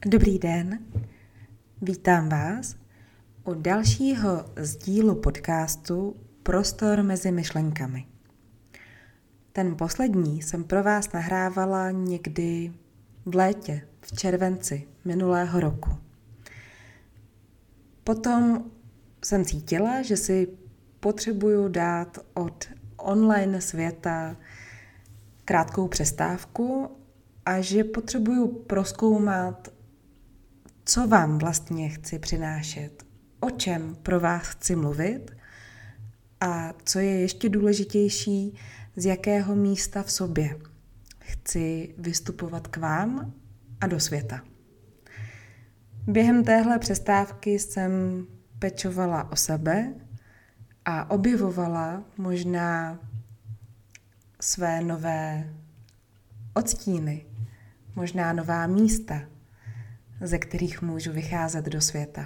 Dobrý den, vítám vás u dalšího z dílu podcastu Prostor mezi myšlenkami. Ten poslední jsem pro vás nahrávala někdy v létě, v červenci minulého roku. Potom jsem cítila, že si potřebuju dát od online světa krátkou přestávku a že potřebuju prozkoumat, co vám vlastně chci přinášet, o čem pro vás chci mluvit a co je ještě důležitější, z jakého místa v sobě chci vystupovat k vám a do světa. Během téhle přestávky jsem pečovala o sebe a objevovala možná své nové odstíny, možná nová místa, ze kterých můžu vycházet do světa.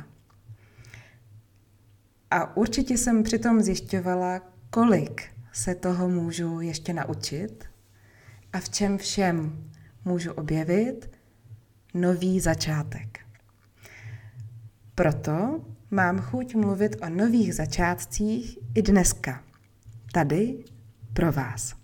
A určitě jsem přitom zjišťovala, kolik se toho můžu ještě naučit a v čem všem můžu objevit nový začátek. Proto mám chuť mluvit o nových začátcích i dneska, tady pro vás.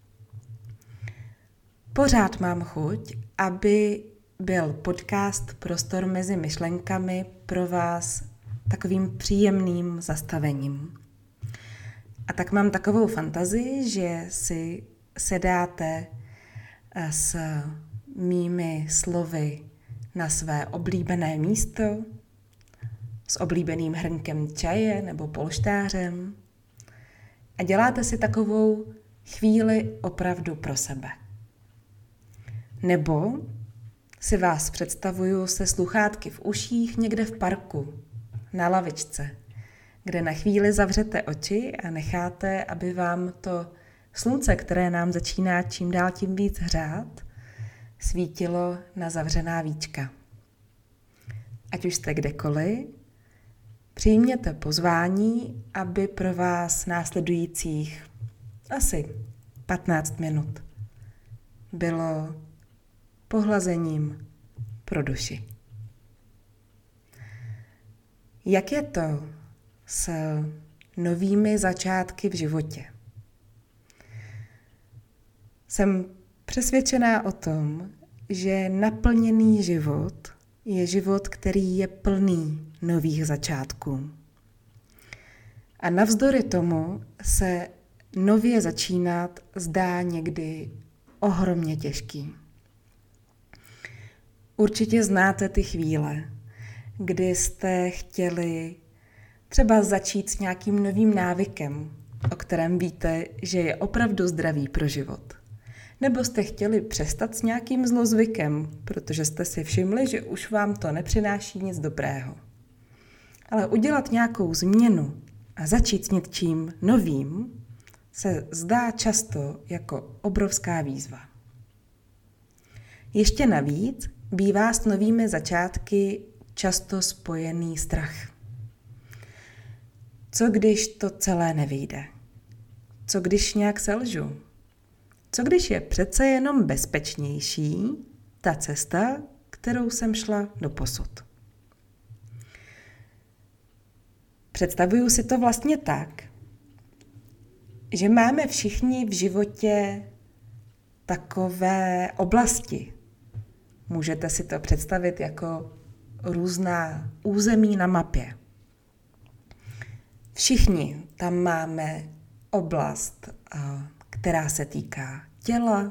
Pořád mám chuť, aby byl podcast Prostor mezi myšlenkami pro vás takovým příjemným zastavením. A tak mám takovou fantazii, že si sedáte s mými slovy na své oblíbené místo, s oblíbeným hrnkem čaje nebo polštářem a děláte si takovou chvíli opravdu pro sebe. Nebo si vás představuju se sluchátky v uších někde v parku, na lavičce, kde na chvíli zavřete oči a necháte, aby vám to slunce, které nám začíná čím dál tím víc hřát, svítilo na zavřená víčka. Ať už jste kdekoliv, přijměte pozvání, aby pro vás následujících asi 15 minut bylo pohlazením pro duši. Jak je to s novými začátky v životě? Jsem přesvědčená o tom, že naplněný život je život, který je plný nových začátků. A navzdory tomu se nově začínat zdá někdy ohromně těžký. Určitě znáte ty chvíle, kdy jste chtěli třeba začít s nějakým novým návykem, o kterém víte, že je opravdu zdravý pro život. Nebo jste chtěli přestat s nějakým zlozvykem, protože jste si všimli, že už vám to nepřináší nic dobrého. Ale udělat nějakou změnu a začít s něčím novým se zdá často jako obrovská výzva. Ještě navíc bývá s novými začátky často spojený strach. Co když to celé nevyjde? Co když nějak selžu? Co když je přece jenom bezpečnější ta cesta, kterou jsem šla doposud? Představuju si to vlastně tak, že máme všichni v životě takové oblasti. Můžete si to představit jako různá území na mapě. Všichni tam máme oblast, která se týká těla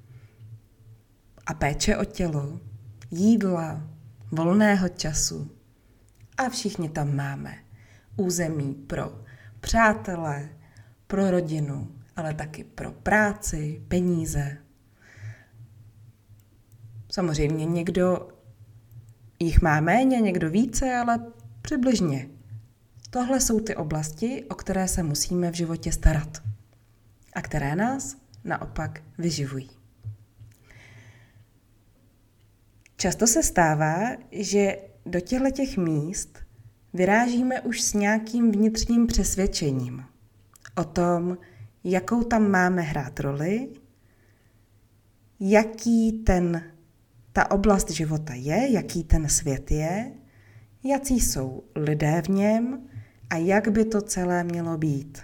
a péče o tělo, jídla, volného času. A všichni tam máme území pro přátele, pro rodinu, ale taky pro práci, peníze. Samozřejmě někdo jich má méně, někdo více, ale přibližně. Tohle jsou ty oblasti, o které se musíme v životě starat a které nás naopak vyživují. Často se stává, že do těchto míst vyrážíme už s nějakým vnitřním přesvědčením o tom, jakou tam máme hrát roli, jaký ten ta oblast života je, jaký ten svět je, jací jsou lidé v něm a jak by to celé mělo být.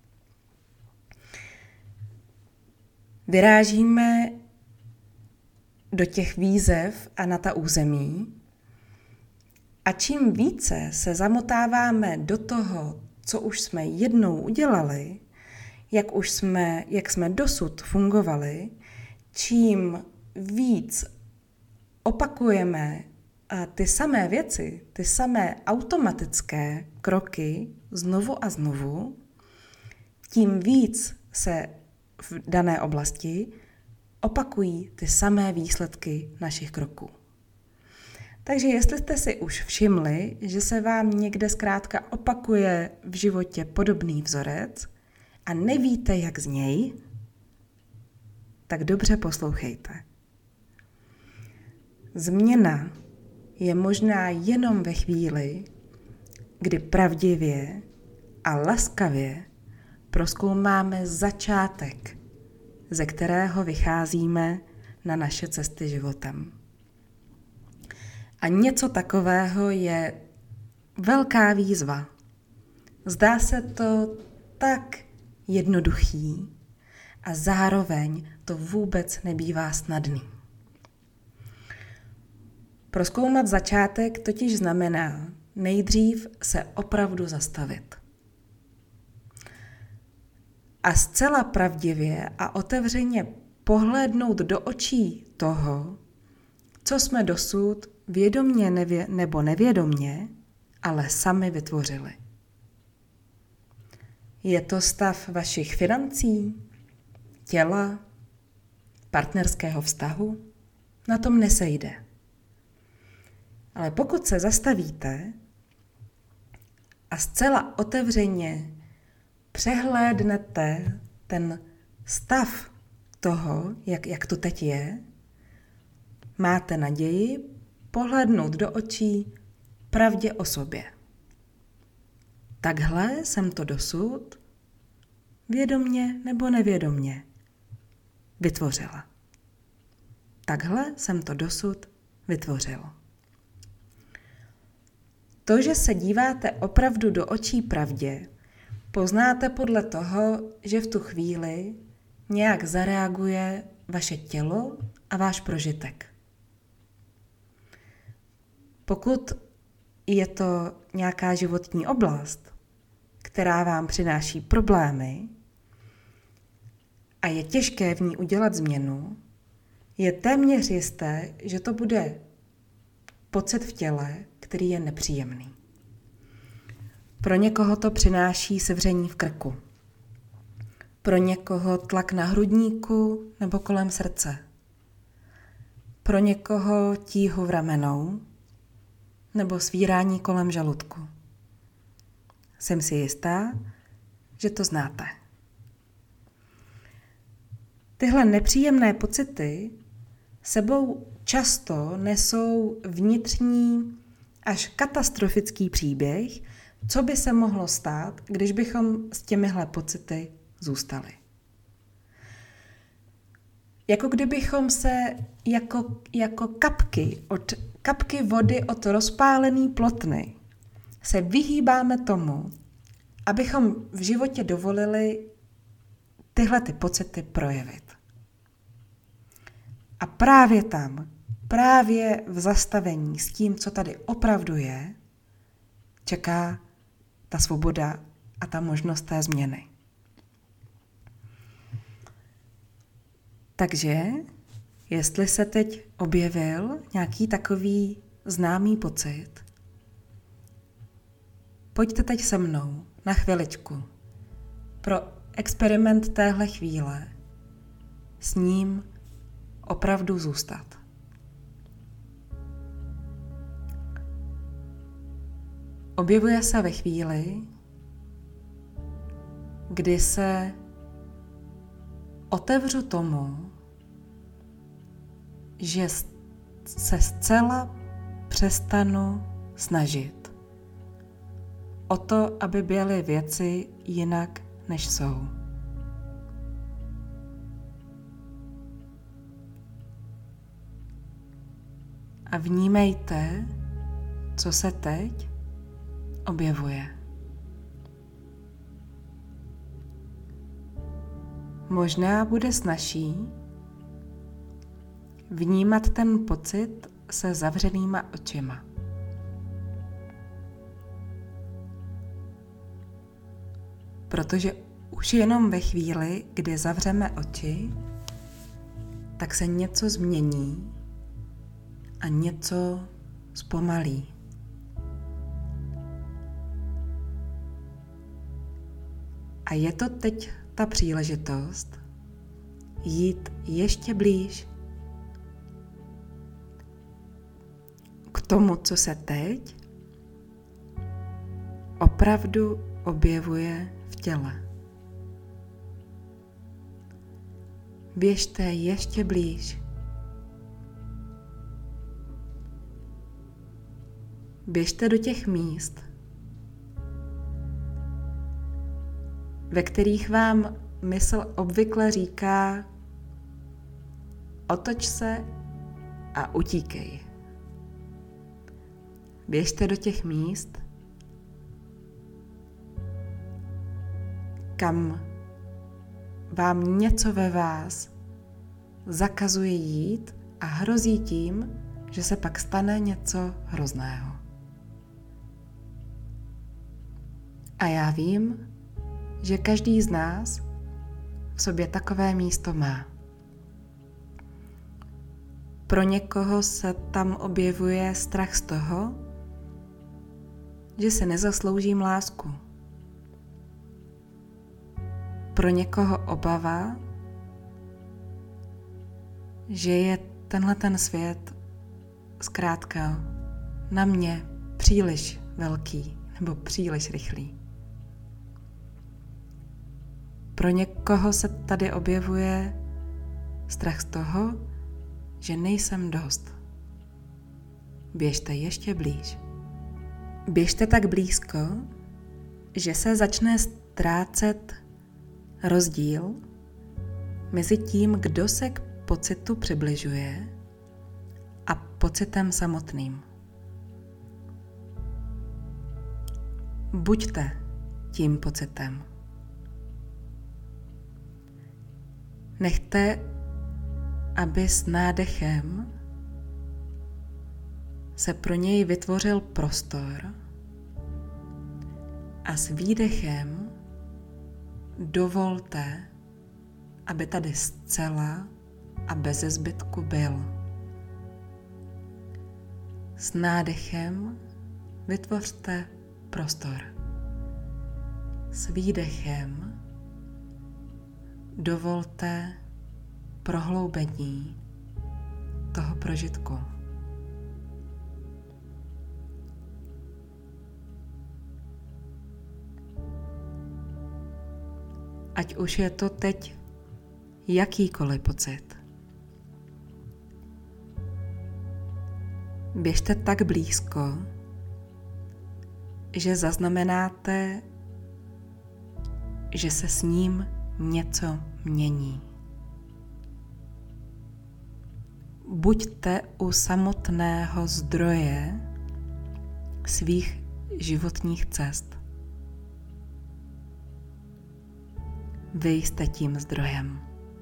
Vyrážíme do těch výzev a na ta území a čím více se zamotáváme do toho, co už jsme jednou udělali, jak jsme dosud fungovali, čím víc opakujeme ty samé věci, ty samé automatické kroky znovu a znovu, tím víc se v dané oblasti opakují ty samé výsledky našich kroků. Takže jestli jste si už všimli, že se vám někde zkrátka opakuje v životě podobný vzorec a nevíte, jak z něj, tak dobře poslouchejte. Změna je možná jenom ve chvíli, kdy pravdivě a laskavě prozkoumáme začátek, ze kterého vycházíme na naše cesty životem. A něco takového je velká výzva. Zdá se to tak jednoduchý a zároveň to vůbec nebývá snadný. Prozkoumat začátek totiž znamená nejdřív se opravdu zastavit. A zcela pravdivě a otevřeně pohlédnout do očí toho, co jsme dosud vědomně nebo nevědomně, ale sami vytvořili. Je to stav vašich financí, těla, partnerského vztahu? Na tom nesejde. Ale pokud se zastavíte a zcela otevřeně přehlédnete ten stav toho, jak to teď je, máte naději pohlédnout do očí pravdě o sobě. Takhle jsem to dosud, vědomně nebo nevědomně, vytvořila. Takhle jsem to dosud vytvořil. To, že se díváte opravdu do očí pravdě, poznáte podle toho, že v tu chvíli nějak zareaguje vaše tělo a váš prožitek. Pokud je to nějaká životní oblast, která vám přináší problémy a je těžké v ní udělat změnu, je téměř jisté, že to bude pocit v těle, který je nepříjemný. Pro někoho to přináší sevření v krku. Pro někoho tlak na hrudníku nebo kolem srdce. Pro někoho tíhu v ramenou nebo svírání kolem žaludku. Jsem si jistá, že to znáte. Tyhle nepříjemné pocity sebou často nesou vnitřní až katastrofický příběh, co by se mohlo stát, když bychom s těmihle pocity zůstali. Jako kdybychom se jako kapky vody od rozpálené plotny se vyhýbáme tomu, abychom v životě dovolili tyhle ty pocity projevit. A právě tam, právě v zastavení s tím, co tady opravdu je, čeká ta svoboda a ta možnost té změny. Takže, jestli se teď objevil nějaký takový známý pocit, pojďte teď se mnou na chviličku pro experiment téhle chvíle s ním opravdu zůstat. Objevuje se ve chvíli, kdy se otevřu tomu, že se zcela přestanu snažit o to, aby byly věci jinak, než jsou. a vnímejte, co se teď objevuje. Možná bude snazší vnímat ten pocit se zavřenýma očima. Protože už jenom ve chvíli, kdy zavřeme oči, tak se něco změní a něco zpomalí. A je to teď ta příležitost jít ještě blíž k tomu, co se teď opravdu objevuje v těle. Běžte ještě blíž. Běžte do těch míst, ve kterých vám mysl obvykle říká: otoč se a utíkej. Běžte do těch míst, kam vám něco ve vás zakazuje jít a hrozí tím, že se pak stane něco hrozného. A já vím, že každý z nás v sobě takové místo má. Pro někoho se tam objevuje strach z toho, že si nezasloužím lásku. Pro někoho obava, že je tenhle ten svět zkrátka na mě příliš velký nebo příliš rychlý. Pro někoho se tady objevuje strach z toho, že nejsem dost. Běžte ještě blíž. Běžte tak blízko, že se začne ztrácet rozdíl mezi tím, kdo se k pocitu přibližuje, a pocitem samotným. Buďte tím pocitem. Nechte, aby s nádechem se pro něj vytvořil prostor a s výdechem dovolte, aby tady zcela a beze zbytku byl. S nádechem vytvořte prostor. S výdechem dovolte prohloubení toho prožitku. Ať už je to teď jakýkoliv pocit. Běžte tak blízko, že zaznamenáte, že se s ním něco mění. Buďte u samotného zdroje svých životních cest. Vy jste tím zdrojem.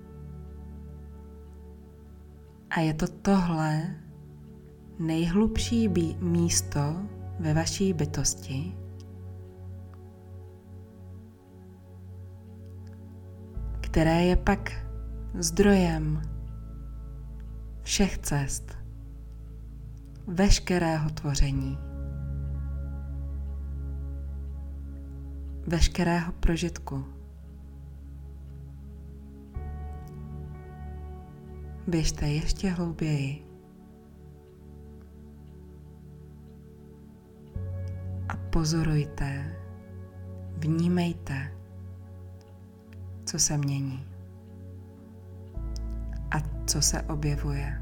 A je to tohle nejhlubší místo ve vaší bytosti, které je pak zdrojem všech cest, veškerého tvoření, veškerého prožitku. Běžte ještě hlouběji a pozorujte, vnímejte, co se mění a co se objevuje.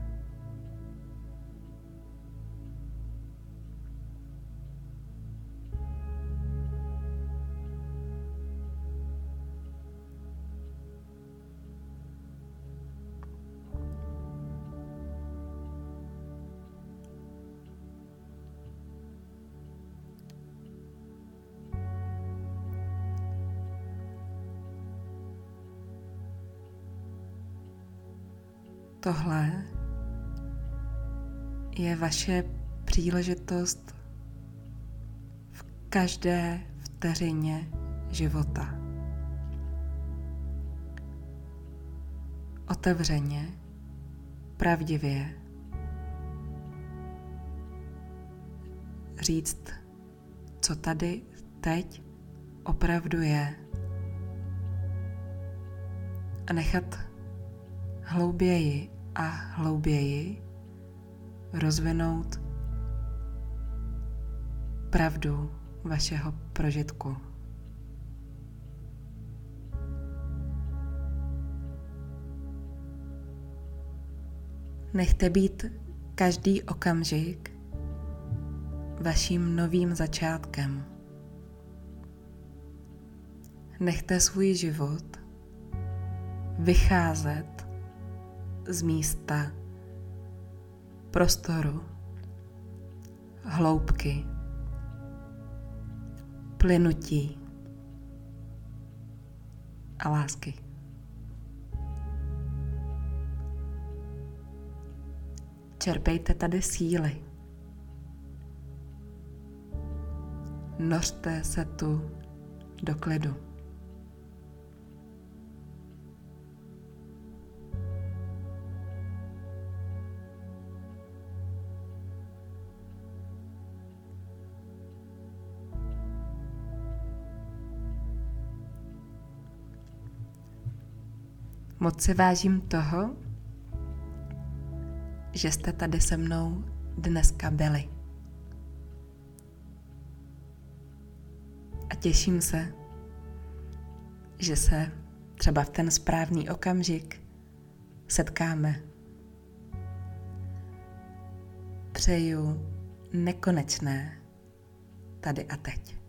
Tohle je vaše příležitost v každé vteřině života. Otevřeně, pravdivě říct, co tady teď opravdu je, a nechat hlouběji a hlouběji rozvinout pravdu vašeho prožitku. Nechte být každý okamžik vaším novým začátkem. Nechte svůj život vycházet z místa prostoru, hloubky, plynutí a lásky. Čerpejte tady síly. Nořte se tu do klidu. Moc si vážím toho, že jste tady se mnou dneska byli. A těším se, že se třeba v ten správný okamžik setkáme. Přeju nekonečné tady a teď.